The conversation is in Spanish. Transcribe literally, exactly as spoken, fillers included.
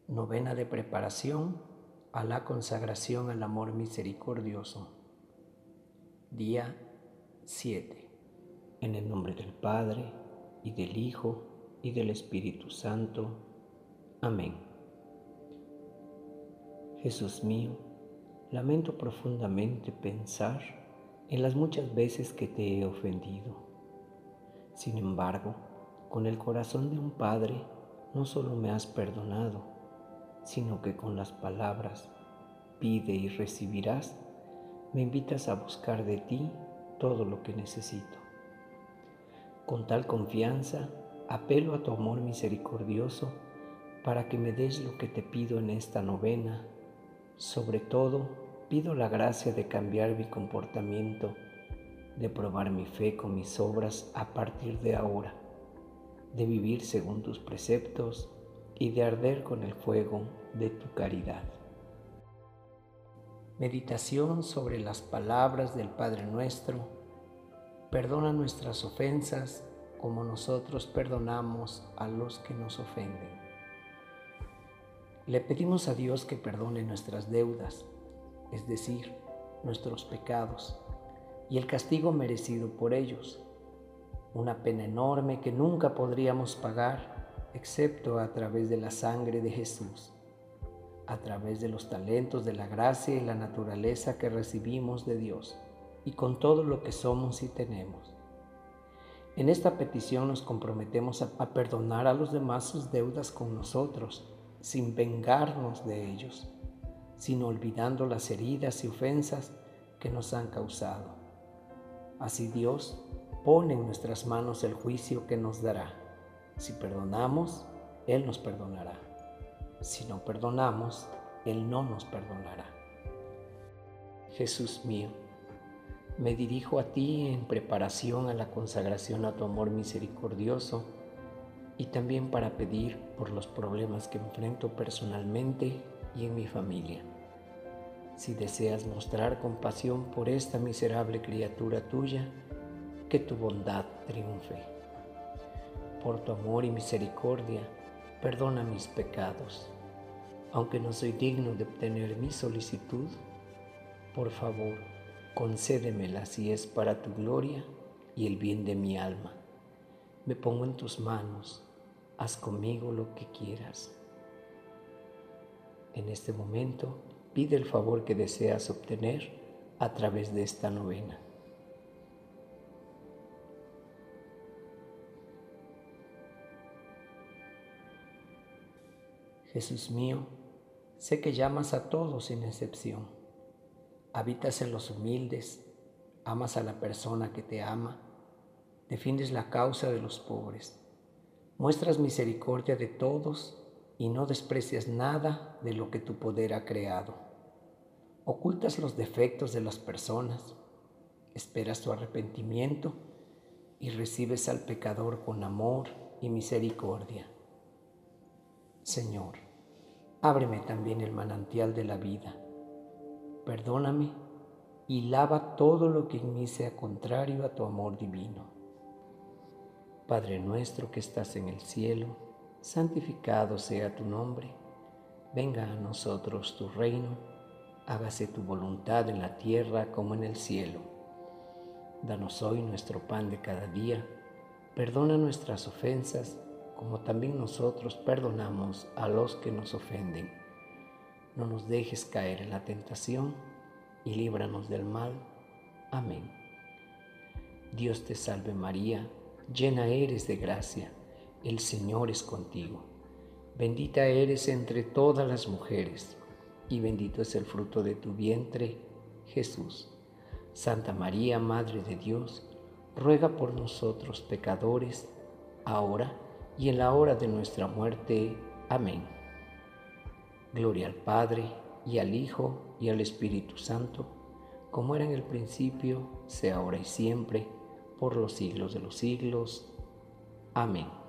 Novena de preparación a la consagración al amor misericordioso. Día siete. En el nombre del Padre, y del Hijo, y del Espíritu Santo. Amén. Jesús mío, lamento profundamente pensar en las muchas veces que te he ofendido. Sin embargo, con el corazón de un padre, no solo me has perdonado, sino que con las palabras pide y recibirás, me invitas a buscar de ti todo lo que necesito. Con tal confianza, apelo a tu amor misericordioso para que me des lo que te pido en esta novena. Sobre todo, pido la gracia de cambiar mi comportamiento, de probar mi fe con mis obras a partir de ahora, de vivir según tus preceptos y de arder con el fuego de tu caridad. Meditación sobre las palabras del Padre Nuestro. Perdona nuestras ofensas como nosotros perdonamos a los que nos ofenden. Le pedimos a Dios que perdone nuestras deudas, es decir, nuestros pecados, y el castigo merecido por ellos, una pena enorme que nunca podríamos pagar excepto a través de la sangre de Jesús, a través de los talentos de la gracia y la naturaleza que recibimos de Dios y con todo lo que somos y tenemos. En esta petición nos comprometemos a, a perdonar a los demás sus deudas con nosotros, sin vengarnos de ellos, sino olvidando las heridas y ofensas que nos han causado. Así Dios pone en nuestras manos el juicio que nos dará. Si perdonamos, Él nos perdonará. Si no perdonamos, Él no nos perdonará. Jesús mío, me dirijo a ti en preparación a la consagración a tu amor misericordioso y también para pedir por los problemas que enfrento personalmente y en mi familia. Si deseas mostrar compasión por esta miserable criatura tuya, que tu bondad triunfe. Por tu amor y misericordia, perdona mis pecados. Aunque no soy digno de obtener mi solicitud, por favor, concédemela si es para tu gloria y el bien de mi alma. Me pongo en tus manos, haz conmigo lo que quieras. En este momento, pide el favor que deseas obtener a través de esta novena. Jesús mío, sé que llamas a todos sin excepción. Habitas en los humildes, amas a la persona que te ama, defiendes la causa de los pobres, muestras misericordia de todos y no desprecias nada de lo que tu poder ha creado. Ocultas los defectos de las personas, esperas tu arrepentimiento y recibes al pecador con amor y misericordia. Señor, ábreme también el manantial de la vida. Perdóname y lava todo lo que en mí sea contrario a tu amor divino. Padre nuestro que estás en el cielo, santificado sea tu nombre. Venga a nosotros tu reino. Hágase tu voluntad en la tierra como en el cielo. Danos hoy nuestro pan de cada día. Perdona nuestras ofensas, como también nosotros perdonamos a los que nos ofenden. No nos dejes caer en la tentación y líbranos del mal. Amén. Dios te salve María, llena eres de gracia, el Señor es contigo. Bendita eres entre todas las mujeres, y bendito es el fruto de tu vientre, Jesús. Santa María, Madre de Dios, ruega por nosotros pecadores, ahora y en la hora de nuestra muerte. Amén. Gloria al Padre, y al Hijo, y al Espíritu Santo, como era en el principio, sea ahora y siempre, por los siglos de los siglos. Amén.